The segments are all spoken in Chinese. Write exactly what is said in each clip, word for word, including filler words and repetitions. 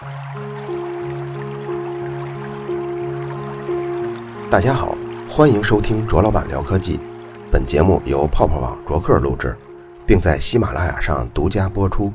大家好，欢迎收听卓老板聊科技。本节目由泡泡网卓克录制，并在喜马拉雅上独家播出。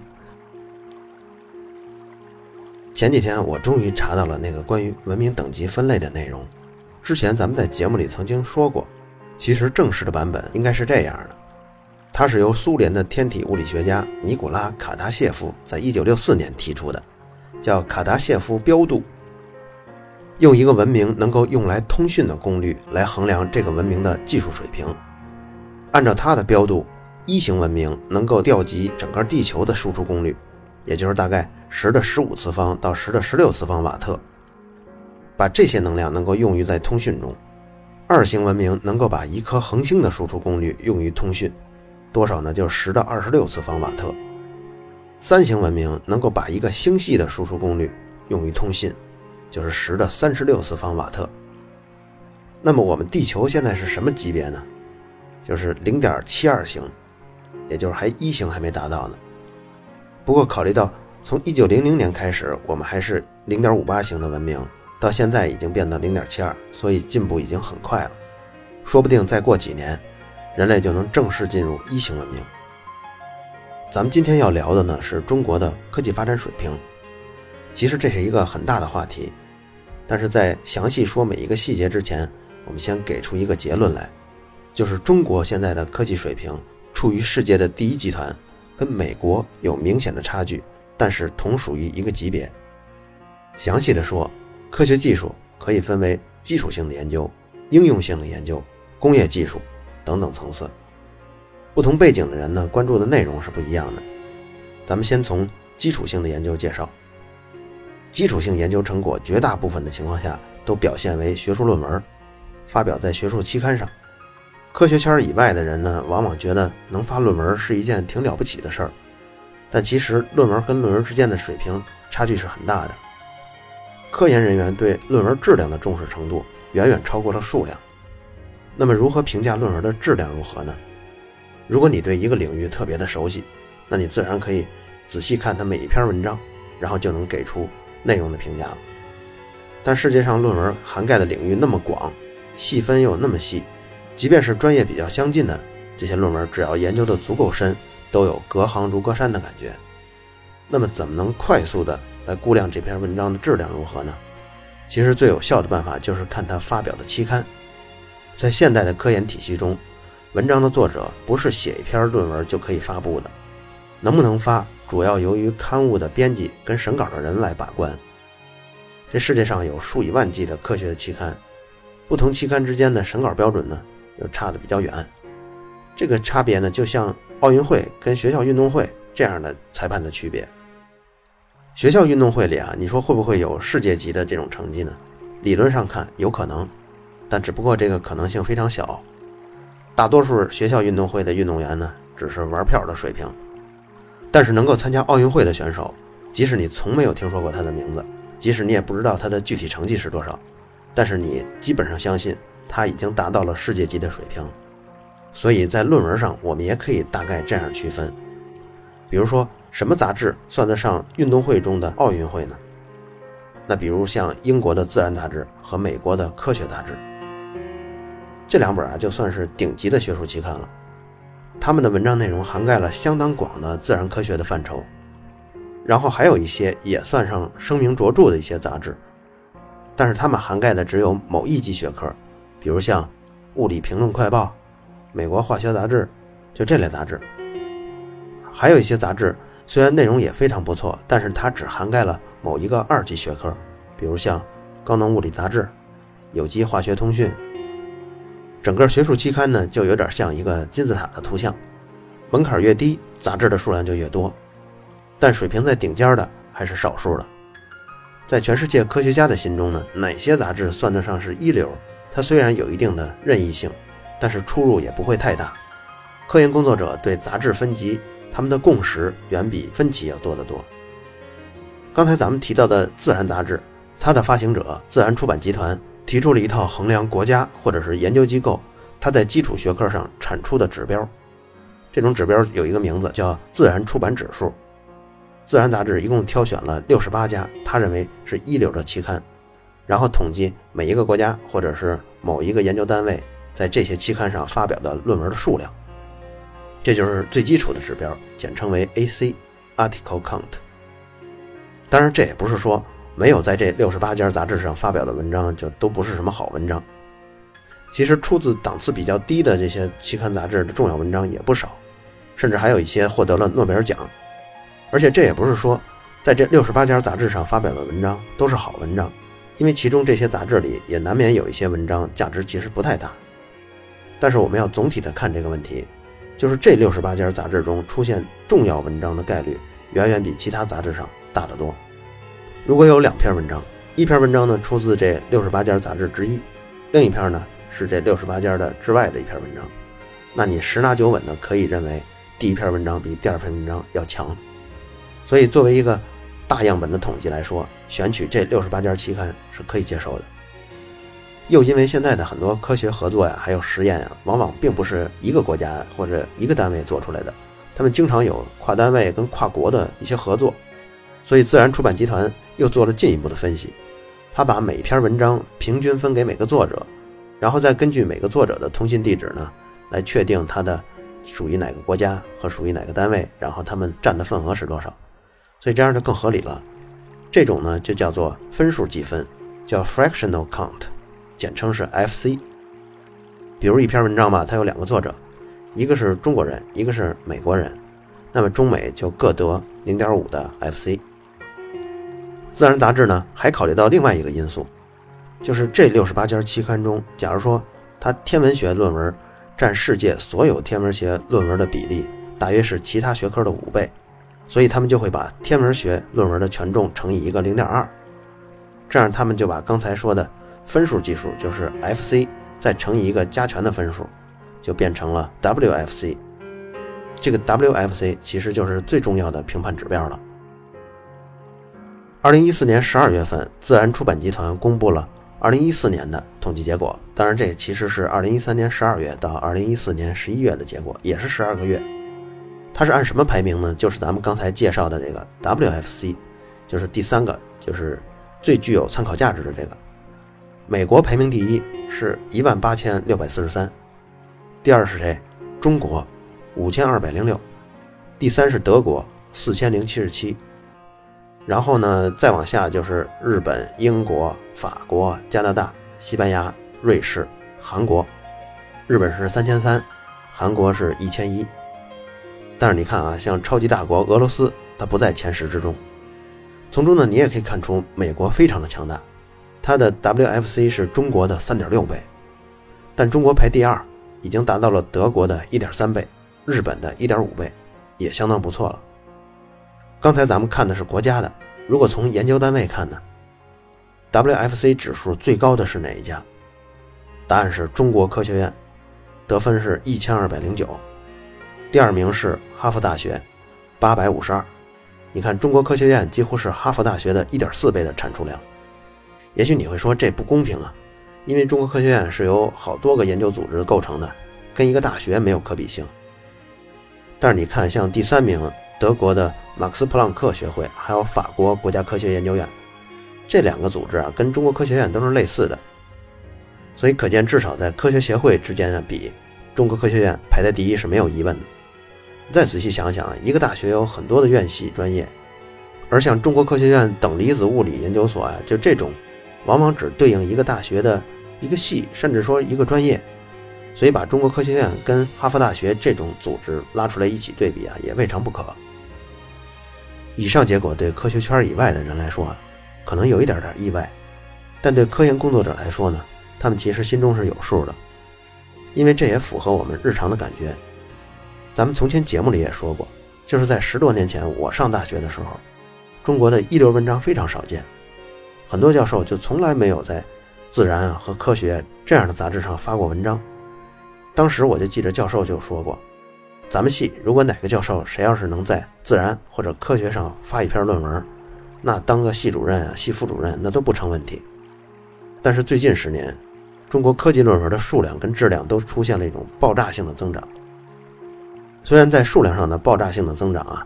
前几天我终于查到了那个关于文明等级分类的内容。之前咱们在节目里曾经说过，其实正式的版本应该是这样的。它是由苏联的天体物理学家尼古拉·卡达谢夫在一九六四年提出的，叫卡达谢夫标度。用一个文明能够用来通讯的功率来衡量这个文明的技术水平。按照它的标度，一型文明能够调集整个地球的输出功率，也就是大概十的十五次方到十的十六次方瓦特，把这些能量能够用于在通讯中。二型文明能够把一颗恒星的输出功率用于通讯，多少呢？就十的二十六次方瓦特。三型文明能够把一个星系的输出功率用于通信，就是十的三十六次方瓦特。那么我们地球现在是什么级别呢？就是 零点七二 型，也就是还一型还没达到呢。不过考虑到从一九零零年开始我们还是 零点五八 型的文明，到现在已经变到 零点七二， 所以进步已经很快了。说不定再过几年人类就能正式进入一型文明。咱们今天要聊的呢是中国的科技发展水平。其实这是一个很大的话题，但是在详细说每一个细节之前，我们先给出一个结论来，就是中国现在的科技水平处于世界的第一集团，跟美国有明显的差距，但是同属于一个级别。详细的说，科学技术可以分为基础性的研究、应用性的研究、工业技术等等层次。不同背景的人呢，关注的内容是不一样的。咱们先从基础性的研究介绍。基础性研究成果绝大部分的情况下都表现为学术论文，发表在学术期刊上。科学圈以外的人呢，往往觉得能发论文是一件挺了不起的事儿，但其实论文跟论文之间的水平差距是很大的。科研人员对论文质量的重视程度远远超过了数量。那么如何评价论文的质量如何呢？如果你对一个领域特别的熟悉，那你自然可以仔细看它每一篇文章，然后就能给出内容的评价了。但世界上论文涵盖的领域那么广，细分又那么细，即便是专业比较相近的这些论文，只要研究的足够深，都有隔行如隔山的感觉。那么怎么能快速的来估量这篇文章的质量如何呢？其实最有效的办法就是看它发表的期刊。在现代的科研体系中，文章的作者不是写一篇论文就可以发布的，能不能发主要由于刊物的编辑跟审稿的人来把关。这世界上有数以万计的科学的期刊，不同期刊之间的审稿标准呢又差得比较远。这个差别呢就像奥运会跟学校运动会这样的裁判的区别。学校运动会里啊，你说会不会有世界级的这种成绩呢？理论上看有可能，但只不过这个可能性非常小。大多数学校运动会的运动员呢只是玩票的水平。但是能够参加奥运会的选手，即使你从没有听说过他的名字，即使你也不知道他的具体成绩是多少，但是你基本上相信他已经达到了世界级的水平。所以在论文上我们也可以大概这样区分。比如说什么杂志算得上运动会中的奥运会呢？那比如像英国的自然杂志和美国的科学杂志，这两本啊就算是顶级的学术期刊了。他们的文章内容涵盖了相当广的自然科学的范畴，然后还有一些也算上声名卓著的一些杂志，但是他们涵盖的只有某一级学科，比如像物理评论快报、美国化学杂志，就这类杂志。还有一些杂志虽然内容也非常不错，但是它只涵盖了某一个二级学科，比如像高能物理杂志、有机化学通讯。整个学术期刊呢就有点像一个金字塔的图像，门槛越低，杂志的数量就越多，但水平在顶尖的还是少数的。在全世界科学家的心中呢，哪些杂志算得上是一流，它虽然有一定的任意性，但是出入也不会太大。科研工作者对杂志分级，他们的共识远比分歧要多得多。刚才咱们提到的自然杂志，它的发行者自然出版集团提出了一套衡量国家或者是研究机构它在基础学科上产出的指标。这种指标有一个名字叫自然出版指数。 自然杂志一共挑选了六十八家他认为是一流的期刊，然后统计每一个国家或者是某一个研究单位在这些期刊上发表的论文的数量，这就是最基础的指标，简称为 A C Article Count。 当然这也不是说没有在这六十八家杂志上发表的文章就都不是什么好文章，其实出自档次比较低的这些期刊杂志的重要文章也不少，甚至还有一些获得了诺贝尔奖。而且这也不是说在这六十八家杂志上发表的文章都是好文章，因为其中这些杂志里也难免有一些文章价值其实不太大。但是我们要总体的看这个问题，就是这六十八家杂志中出现重要文章的概率远远比其他杂志上大得多。如果有两篇文章，一篇文章呢出自这六十八家杂志之一，另一篇呢是这六十八家的之外的一篇文章，那你十拿九稳的可以认为第一篇文章比第二篇文章要强。所以作为一个大样本的统计来说，选取这六十八家期刊是可以接受的。又因为现在的很多科学合作呀，还有实验呀，往往并不是一个国家或者一个单位做出来的，他们经常有跨单位跟跨国的一些合作。所以自然出版集团又做了进一步的分析，他把每篇文章平均分给每个作者，然后再根据每个作者的通信地址呢，来确定他的属于哪个国家和属于哪个单位，然后他们占的份额是多少。所以这样就更合理了。这种呢就叫做分数计分，叫 fractional count， 简称是 F C。 比如一篇文章吧，它有两个作者，一个是中国人，一个是美国人，那么中美就各得 零点五 的 F C。 自然杂志呢还考虑到另外一个因素，就是这六十八家期刊中，假如说它天文学论文占世界所有天文学论文的比例大约是其他学科的五倍，所以他们就会把天文学论文的权重乘以一个 零点二， 这样他们就把刚才说的分数系数，就是 F C 再乘以一个加权的分数，就变成了 W F C。 这个 W F C 其实就是最重要的评判指标了。二零一四年十二月份，自然出版集团公布了二零一四年的统计结果，当然这其实是二零一三年十二月到二零一四年十一月的结果，也是十二个月。它是按什么排名呢？就是咱们刚才介绍的这个 W F C， 就是第三个，就是最具有参考价值的这个。美国排名第一是一万八千六百四十三，第二是谁？中国五千二百零六，第三是德国四千零七十七。然后呢再往下就是日本、英国、法国、加拿大、西班牙、瑞士、韩国。日本是三千三，韩国是一千一。但是你看啊，像超级大国俄罗斯，它不在前十之中。从中呢，你也可以看出美国非常的强大，它的 W F C 是中国的 三点六倍，但中国排第二，已经达到了德国的 一点三倍，日本的 一点五倍，也相当不错了。刚才咱们看的是国家的，如果从研究单位看呢， W F C 指数最高的是哪一家？答案是中国科学院，得分是一千二百零九。第二名是哈佛大学八百五十二，你看中国科学院几乎是哈佛大学的 一点四倍的产出量。也许你会说这不公平啊，因为中国科学院是由好多个研究组织构成的，跟一个大学没有可比性。但是你看像第三名德国的马克思普朗克学会，还有法国国家科学研究院，这两个组织啊跟中国科学院都是类似的，所以可见至少在科学协会之间的比，中国科学院排在第一是没有疑问的。再仔细想想，一个大学有很多的院系专业，而像中国科学院等离子物理研究所啊，就这种往往只对应一个大学的一个系，甚至说一个专业，所以把中国科学院跟哈佛大学这种组织拉出来一起对比啊，也未尝不可。以上结果对科学圈以外的人来说啊，可能有一点点意外，但对科研工作者来说呢，他们其实心中是有数的，因为这也符合我们日常的感觉。咱们从前节目里也说过，就是在十多年前我上大学的时候，中国的一流文章非常少见，很多教授就从来没有在自然啊和科学这样的杂志上发过文章。当时我就记着教授就说过，咱们系如果哪个教授谁要是能在自然或者科学上发一篇论文，那当个系主任啊系副主任那都不成问题。但是最近十年，中国科技论文的数量跟质量都出现了一种爆炸性的增长。虽然在数量上的爆炸性的增长啊，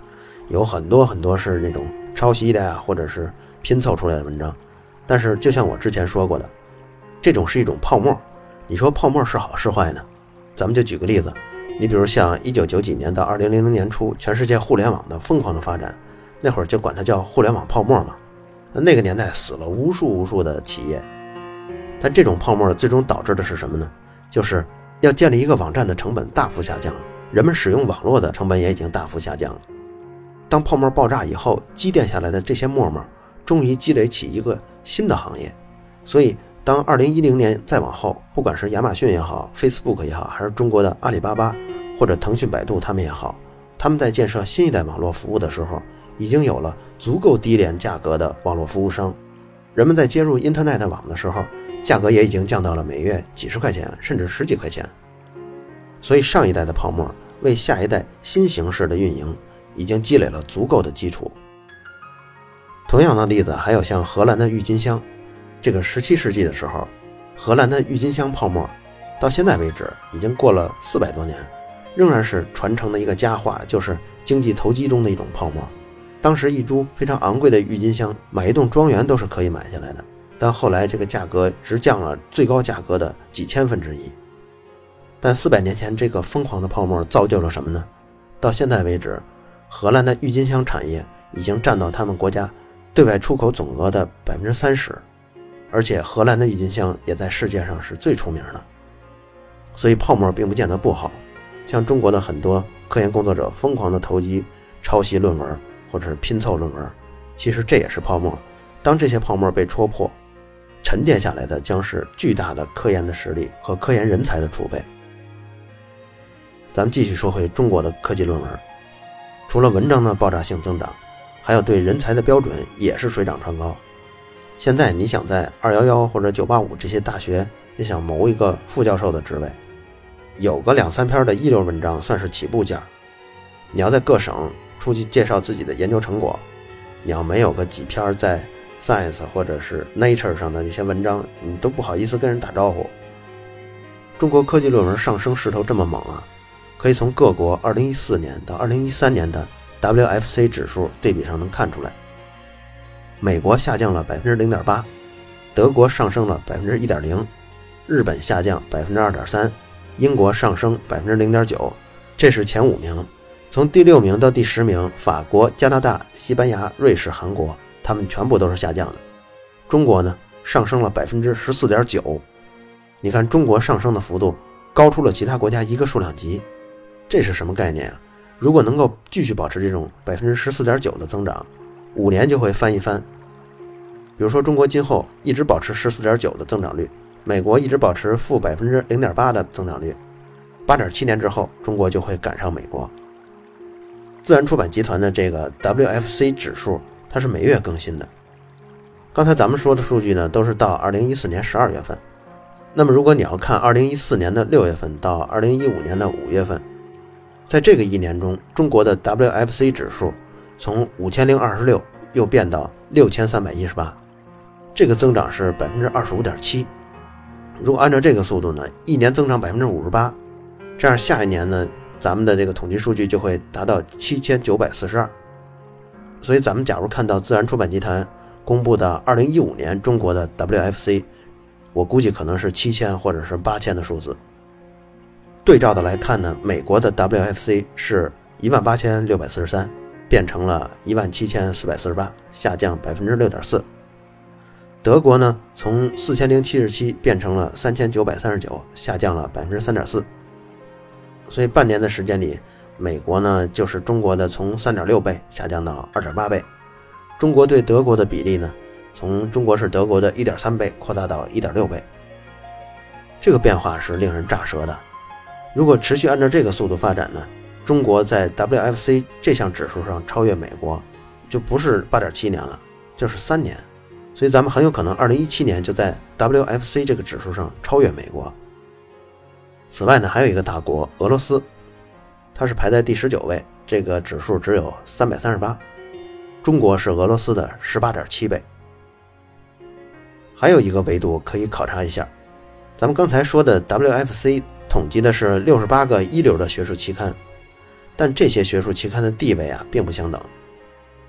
有很多很多是那种抄袭的呀，或者是拼凑出来的文章。但是就像我之前说过的，这种是一种泡沫，你说泡沫是好是坏呢？咱们就举个例子，你比如像一九九几年到二零零零年初，全世界互联网的疯狂的发展，那会儿就管它叫互联网泡沫嘛。那个年代死了无数无数的企业，但这种泡沫最终导致的是什么呢？就是要建立一个网站的成本大幅下降了，人们使用网络的成本也已经大幅下降了。当泡沫爆炸以后，积淀下来的这些沫沫终于积累起一个新的行业。所以当二零一零年再往后，不管是亚马逊也好， Facebook 也好，还是中国的阿里巴巴或者腾讯百度他们也好，他们在建设新一代网络服务的时候，已经有了足够低廉价格的网络服务商。人们在接入 Internet 网的时候，价格也已经降到了每月几十块钱甚至十几块钱。所以上一代的泡沫为下一代新形式的运营已经积累了足够的基础。同样的例子还有像荷兰的郁金香，这个十七世纪的时候，荷兰的郁金香泡沫到现在为止已经过了四百多年，仍然是传承的一个佳话，就是经济投机中的一种泡沫。当时一株非常昂贵的郁金香，买一栋庄园都是可以买下来的，但后来这个价格直降了最高价格的几千分之一。但四百年前这个疯狂的泡沫造就了什么呢？到现在为止，荷兰的郁金香产业已经占到他们国家对外出口总额的 百分之三十， 而且荷兰的郁金香也在世界上是最出名的。所以泡沫并不见得不好，像中国的很多科研工作者疯狂的投机抄袭论文或者是拼凑论文，其实这也是泡沫。当这些泡沫被戳破，沉淀下来的将是巨大的科研的实力和科研人才的储备。咱们继续说回中国的科技论文，除了文章的爆炸性增长，还有对人才的标准也是水涨船高。现在你想在二一一或者九八五这些大学，你想谋一个副教授的职位，有个两三篇的一流文章算是起步价。你要在各省出去介绍自己的研究成果，你要没有个几篇在 Science 或者是 Nature 上的一些文章，你都不好意思跟人打招呼。中国科技论文上升势头这么猛啊，可以从各国二零一四年到二零一三年的 W F C 指数对比上能看出来。美国下降了 百分之零点八， 德国上升了 百分之一点零， 日本下降 百分之二点三， 英国上升 百分之零点九， 这是前五名。从第六名到第十名，法国、加拿大、西班牙、瑞士、韩国，他们全部都是下降的。中国呢，上升了 百分之十四点九。 你看中国上升的幅度高出了其他国家一个数量级，这是什么概念啊？如果能够继续保持这种 百分之十四点九 的增长，五年就会翻一番。比如说中国今后一直保持 十四点九 的增长率，美国一直保持负 百分之零点八 的增长率， 八点七年之后中国就会赶上美国。自然出版集团的这个 W F C 指数它是每月更新的，刚才咱们说的数据呢都是到二零一四年十二月份，那么如果你要看二零一四年的六月份到二零一五年的五月份，在这个一年中，中国的 W F C 指数从五千零二十六又变到六千三百一十八，这个增长是 百分之二十五点七。 如果按照这个速度呢，一年增长 百分之五十八， 这样下一年呢咱们的这个统计数据就会达到七千九百四十二。所以咱们假如看到自然出版集团公布的二零一五年中国的 W F C， 我估计可能是七千或者是八千的数字。对照的来看呢，美国的 W F C 是一万八千六百四十三，变成了一万七千四百四十八，下降 百分之六点四。 德国呢从四千零七十七变成了三千九百三十九，下降了 百分之三点四。 所以半年的时间里，美国呢就是中国的从 三点六倍下降到 二点八倍，中国对德国的比例呢从中国是德国的 一点三倍扩大到 一点六倍。这个变化是令人咋舌的。如果持续按照这个速度发展呢，中国在 W F C 这项指数上超越美国就不是 八点七年了，就是三年。所以咱们很有可能二零一七年就在 W F C 这个指数上超越美国。此外呢，还有一个大国俄罗斯，它是排在第十九位，这个指数只有三百三十八，中国是俄罗斯的 十八点七倍。还有一个维度可以考察一下，咱们刚才说的 W F C 统计的是六十八个一流的学术期刊，但这些学术期刊的地位啊并不相等。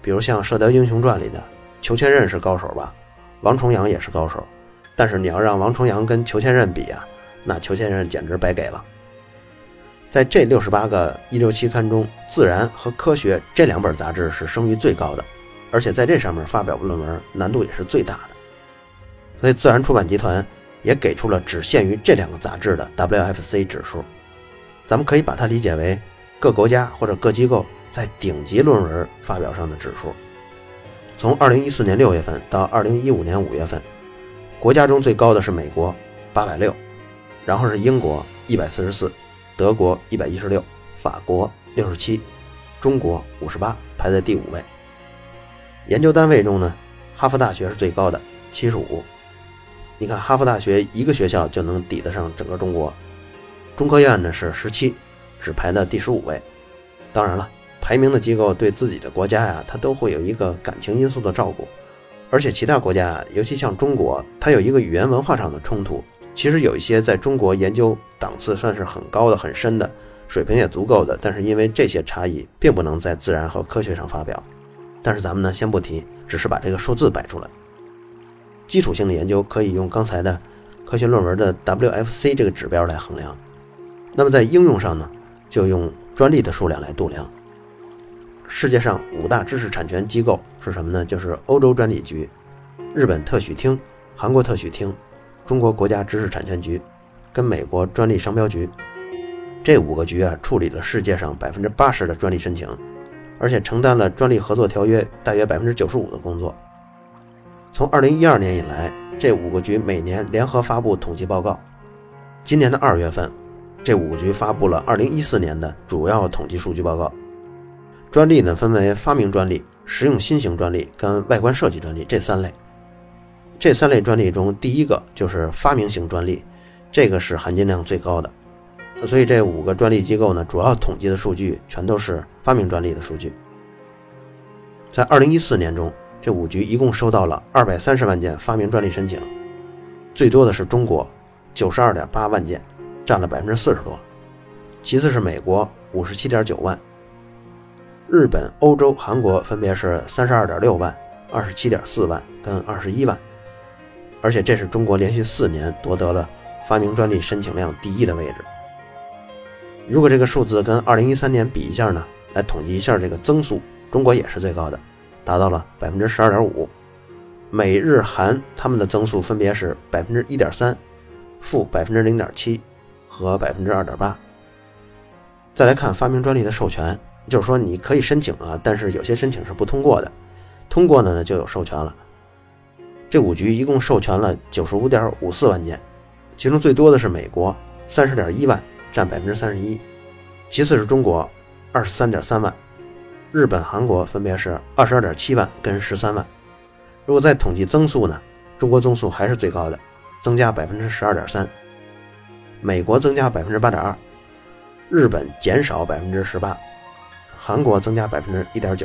比如像《射雕英雄传》里的裘千仞是高手吧，王重阳也是高手，但是你要让王重阳跟裘千仞比啊，那裘千仞简直白给了。在这六十八个一流期刊中，《自然》和《科学》这两本杂志是声誉最高的，而且在这上面发表论文难度也是最大的。所以自然出版集团也给出了只限于这两个杂志的 W F C 指数，咱们可以把它理解为各国家或者各机构在顶级论文发表上的指数。从二零一四年六月份到二零一五年五月份，国家中最高的是美国八百六，然后是英国一百四十四，德国一百一十六，法国六十七，中国五十八，排在第五位。研究单位中呢，哈佛大学是最高的七十五。你看哈佛大学一个学校就能抵得上整个中国。中科院呢是十七，只排到第十五位。当然了，排名的机构对自己的国家呀，它都会有一个感情因素的照顾，而且其他国家，尤其像中国，它有一个语言文化上的冲突。其实有一些在中国研究档次算是很高的很深的，水平也足够的，但是因为这些差异并不能在自然和科学上发表。但是咱们呢先不提，只是把这个数字摆出来。基础性的研究可以用刚才的科学论文的 W F C 这个指标来衡量，那么在应用上呢，就用专利的数量来度量。世界上五大知识产权机构是什么呢？就是欧洲专利局、日本特许厅、韩国特许厅、中国国家知识产权局跟美国专利商标局。这五个局啊，处理了世界上 百分之八十 的专利申请，而且承担了专利合作条约大约 百分之九十五 的工作。从二零一二年以来，这五个局每年联合发布统计报告。今年的二月份，这五个局发布了二零一四年的主要统计数据报告。专利呢分为发明专利、实用新型专利跟外观设计专利这三类。这三类专利中，第一个就是发明型专利，这个是含金量最高的。所以这五个专利机构呢，主要统计的数据全都是发明专利的数据。在二零一四年中，这五局一共收到了二百三十万件发明专利申请，最多的是中国 九十二点八万件，占了 百分之四十 多，其次是美国 五十七点九万，日本、欧洲、韩国分别是 三十二点六万、二十七点四万跟二十一万。而且这是中国连续四年夺得了发明专利申请量第一的位置。如果这个数字跟二零一三年比一下呢，来统计一下这个增速，中国也是最高的，达到了 百分之十二点五。 美日韩他们的增速分别是 百分之一点三、负 百分之零点七 和 百分之二点八。 再来看发明专利的授权，就是说你可以申请啊，但是有些申请是不通过的，通过呢就有授权了。这五局一共授权了 九十五点五四万件，其中最多的是美国 三十点一万，占 百分之三十一， 其次是中国 二十三点三万，日本、韩国分别是 二十二点七万跟十三万。如果再统计增速呢，中国增速还是最高的，增加 百分之十二点三， 美国增加 百分之八点二， 日本减少 百分之十八， 韩国增加 百分之一点九。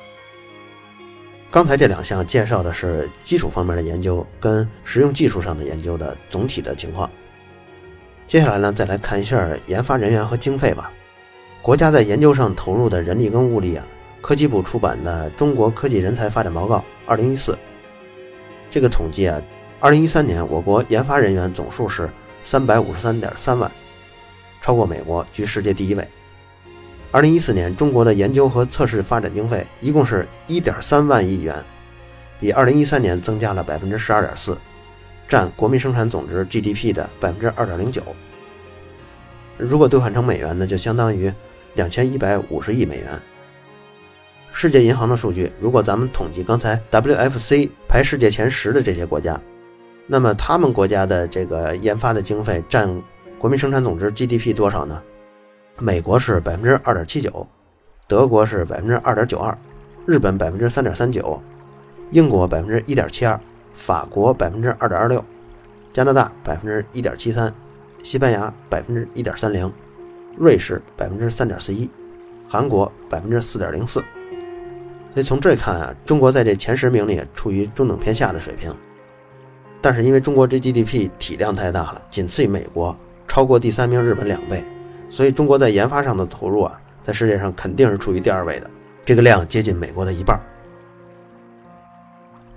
刚才这两项介绍的是基础方面的研究跟实用技术上的研究的总体的情况。接下来呢，再来看一下研发人员和经费吧。国家在研究上投入的人力跟物力啊，科技部出版的《中国科技人才发展报告二零一四》这个统计啊，二零一三年我国研发人员总数是 三百五十三点三万，超过美国，居世界第一位。二零一四年中国的研究和测试发展经费一共是 一点三万亿元，比二零一三年增加了 百分之十二点四， 占国民生产总值 G D P 的 百分之二点零九。 如果兑换成美元呢，就相当于两千一百五十亿美元。世界银行的数据，如果咱们统计刚才 W F C 排世界前十的这些国家，那么他们国家的这个研发的经费占国民生产总值 G D P 多少呢？美国是 百分之二点七九， 德国是 百分之二点九二， 日本 百分之三点三九， 英国 百分之一点七二， 法国 百分之二点二六， 加拿大 百分之一点七三， 西班牙 百分之一点三零， 瑞士 百分之三点四一， 韩国 百分之四点零四。 所以从这看啊，中国在这前十名里处于中等偏下的水平。但是因为中国这 G D P 体量太大了，仅次于美国，超过第三名日本两倍，所以中国在研发上的投入啊，在世界上肯定是处于第二位的，这个量接近美国的一半。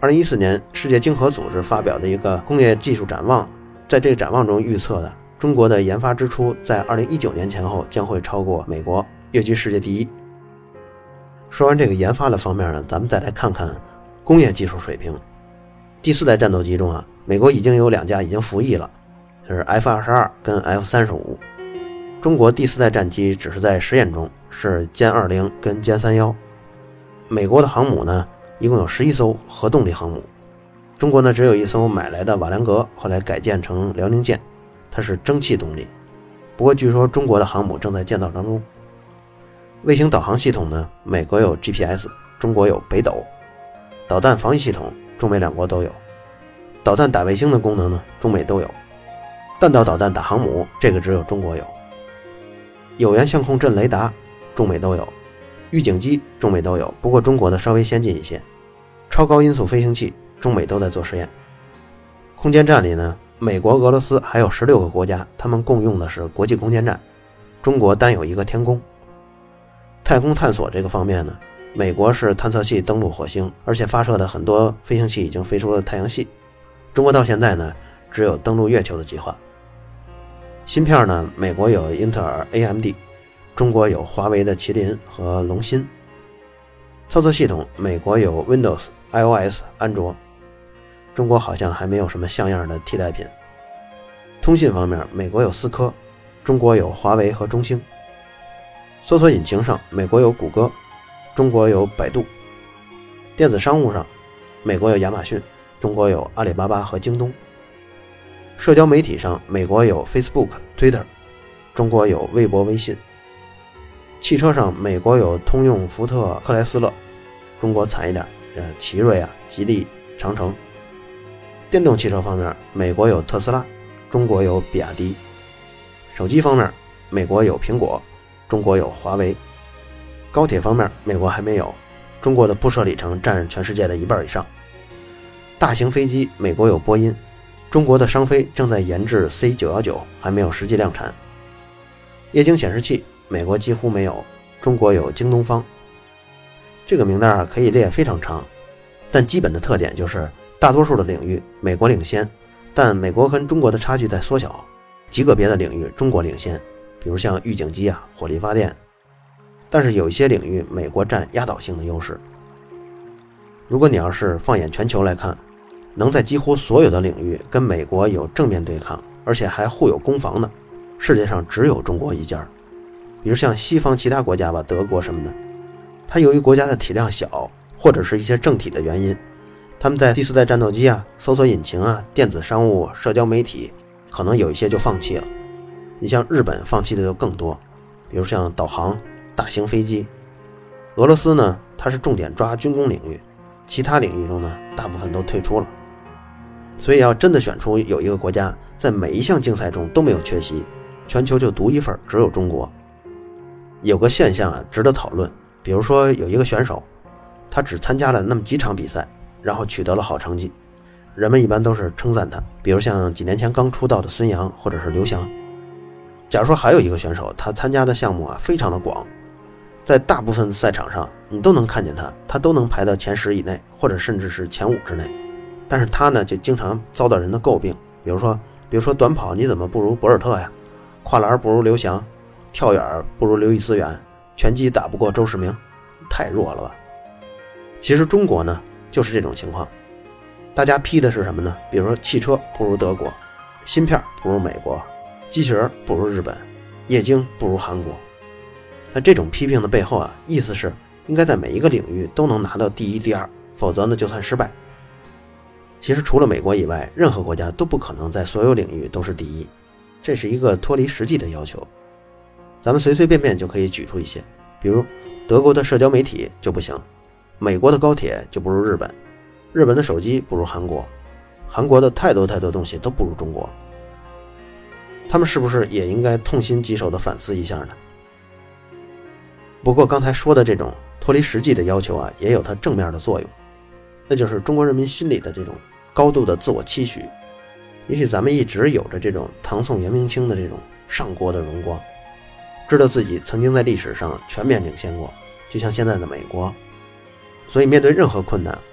二零一四年世界经合组织发表的一个工业技术展望，在这个展望中预测的中国的研发支出在二零一九年前后将会超过美国，跃居世界第一。说完这个研发的方面呢，咱们再来看看工业技术水平。第四代战斗机中啊，美国已经有两架已经服役了，就是 F 二十二 跟 F 三十五。中国第四代战机只是在实验中，是歼二零跟歼三十一。美国的航母呢，一共有十一艘核动力航母，中国呢只有一艘买来的瓦良格，后来改建成辽宁舰，它是蒸汽动力。不过据说中国的航母正在建造当中。卫星导航系统呢，美国有 G P S， 中国有北斗。导弹防御系统，中美两国都有。导弹打卫星的功能呢，中美都有。弹道导弹打航母，这个只有中国有。有源相控阵雷达，中美都有。预警机，中美都有，不过中国的稍微先进一些。超高音速飞行器，中美都在做实验。空间站里呢，美国、俄罗斯还有十六个国家，他们共用的是国际空间站，中国单有一个天宫。太空探索这个方面呢，美国是探测器登陆火星，而且发射的很多飞行器已经飞出了太阳系。中国到现在呢，只有登陆月球的计划。芯片呢，美国有英特尔 A M D， 中国有华为的麒麟和龙芯。操作系统，美国有 Windows、iOS、安卓，中国好像还没有什么像样的替代品。通信方面，美国有思科，中国有华为和中兴。搜索引擎上，美国有谷歌，中国有百度。电子商务上，美国有亚马逊，中国有阿里巴巴和京东。社交媒体上，美国有 Facebook、Twitter， 中国有微博、微信。汽车上，美国有通用、福特、克莱斯勒，中国惨一点，呃，奇瑞啊、吉利、长城。电动汽车方面，美国有特斯拉，中国有比亚迪。手机方面，美国有苹果，中国有华为。高铁方面，美国还没有，中国的铺设里程占全世界的一半以上。大型飞机，美国有波音，中国的商飞正在研制 C 九一九，还没有实际量产。液晶显示器，美国几乎没有，中国有京东方。这个名单啊可以列非常长，但基本的特点就是大多数的领域美国领先，但美国跟中国的差距在缩小，极个别的领域中国领先，比如像预警机啊、火力发电，但是有一些领域美国占压倒性的优势。如果你要是放眼全球来看，能在几乎所有的领域跟美国有正面对抗，而且还互有攻防的，世界上只有中国一家。比如像西方其他国家吧，德国什么的，它由于国家的体量小，或者是一些政体的原因，他们在第四代战斗机啊、搜索引擎啊、电子商务、社交媒体，可能有一些就放弃了。你像日本放弃的就更多，比如像导航、大型飞机。俄罗斯呢，它是重点抓军工领域，其他领域中呢，大部分都退出了。所以要真的选出有一个国家在每一项竞赛中都没有缺席，全球就独一份，只有中国。有个现象啊值得讨论，比如说有一个选手，他只参加了那么几场比赛，然后取得了好成绩，人们一般都是称赞他，比如像几年前刚出道的孙杨或者是刘翔。假如说还有一个选手，他参加的项目啊非常的广，在大部分赛场上你都能看见他，他都能排到前十以内，或者甚至是前五之内。但是他呢就经常遭到人的诟病，比如说比如说短跑你怎么不如博尔特呀，跨栏不如刘翔，跳远不如刘易斯远，拳击打不过周世明，太弱了吧。其实中国呢就是这种情况，大家批的是什么呢？比如说汽车不如德国，芯片不如美国，机器人不如日本，液晶不如韩国。那这种批评的背后啊，意思是应该在每一个领域都能拿到第一第二，否则呢就算失败。其实除了美国以外，任何国家都不可能在所有领域都是第一，这是一个脱离实际的要求。咱们随随便便就可以举出一些，比如德国的社交媒体就不行，美国的高铁就不如日本，日本的手机不如韩国，韩国的太多太多东西都不如中国。他们是不是也应该痛心疾首地反思一下呢？不过刚才说的这种脱离实际的要求啊，也有它正面的作用，那就是中国人民心里的这种高度的自我期许。也许咱们一直有着这种唐宋元明清的这种上国的荣光，知道自己曾经在历史上全面领先过，就像现在的美国。所以面对任何困难，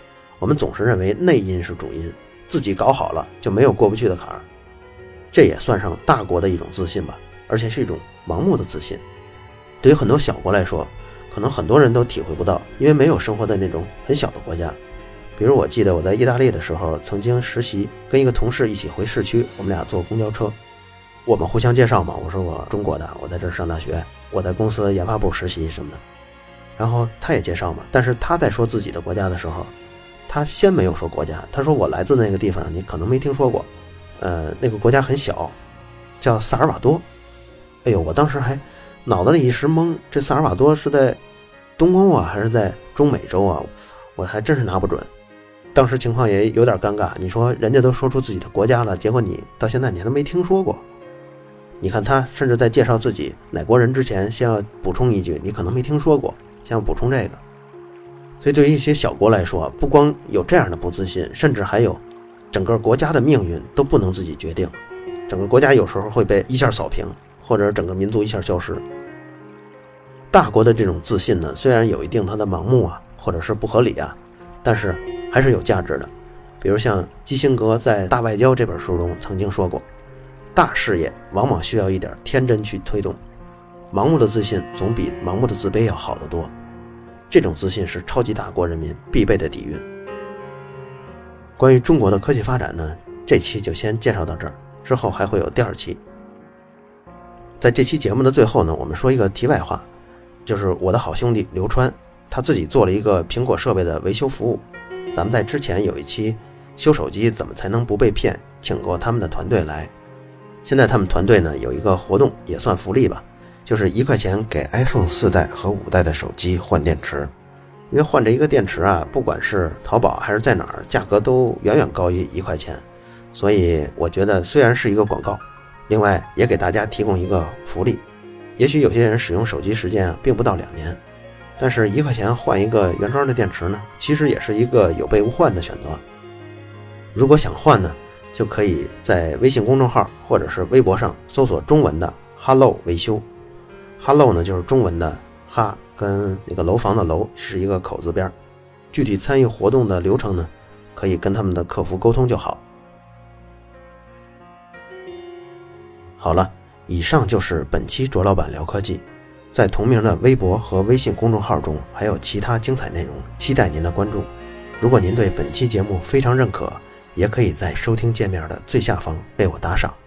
我们总是认为内因是主因，自己搞好了就没有过不去的坎儿。这也算上大国的一种自信吧，而且是一种盲目的自信。对于很多小国来说，可能很多人都体会不到，因为没有生活在那种很小的国家。比如我记得我在意大利的时候，曾经实习，跟一个同事一起回市区，我们俩坐公交车，我们互相介绍嘛，我说我中国的，我在这儿上大学，我在公司研发部实习什么的，然后他也介绍嘛，但是他在说自己的国家的时候，他先没有说国家，他说我来自那个地方，你可能没听说过，呃，那个国家很小，叫萨尔瓦多。哎呦，我当时还脑子里一时懵，这萨尔瓦多是在东欧啊，还是在中美洲啊？我还真是拿不准。当时情况也有点尴尬，你说人家都说出自己的国家了，结果你到现在你还都没听说过。你看他甚至在介绍自己哪国人之前，先要补充一句你可能没听说过，先要补充这个。所以对于一些小国来说，不光有这样的不自信，甚至还有整个国家的命运都不能自己决定，整个国家有时候会被一下扫平，或者整个民族一下消失。大国的这种自信呢，虽然有一定它的盲目啊，或者是不合理啊，但是还是有价值的。比如像基辛格在《大外交》这本书中曾经说过，大事业往往需要一点天真去推动，盲目的自信总比盲目的自卑要好得多。这种自信是超级大国人民必备的底蕴。关于中国的科技发展呢，这期就先介绍到这儿，之后还会有第二期。在这期节目的最后呢，我们说一个题外话，就是我的好兄弟刘川，他自己做了一个苹果设备的维修服务。咱们在之前有一期修手机怎么才能不被骗，请过他们的团队来。现在他们团队呢有一个活动，也算福利吧，就是一块钱给 iPhone 四代和五代的手机换电池。因为换这一个电池啊，不管是淘宝还是在哪儿，价格都远远高于一块钱。所以我觉得虽然是一个广告，另外也给大家提供一个福利。也许有些人使用手机时间啊并不到两年，但是一块钱换一个原装的电池呢，其实也是一个有备无患的选择。如果想换呢，就可以在微信公众号或者是微博上搜索中文的 Hello 维修。 Hello 呢就是中文的哈，跟那个楼房的楼是一个口字边。具体参与活动的流程呢，可以跟他们的客服沟通就好。好了，以上就是本期卓老板聊科技。在同名的微博和微信公众号中还有其他精彩内容，期待您的关注。如果您对本期节目非常认可，也可以在收听界面的最下方为我打赏。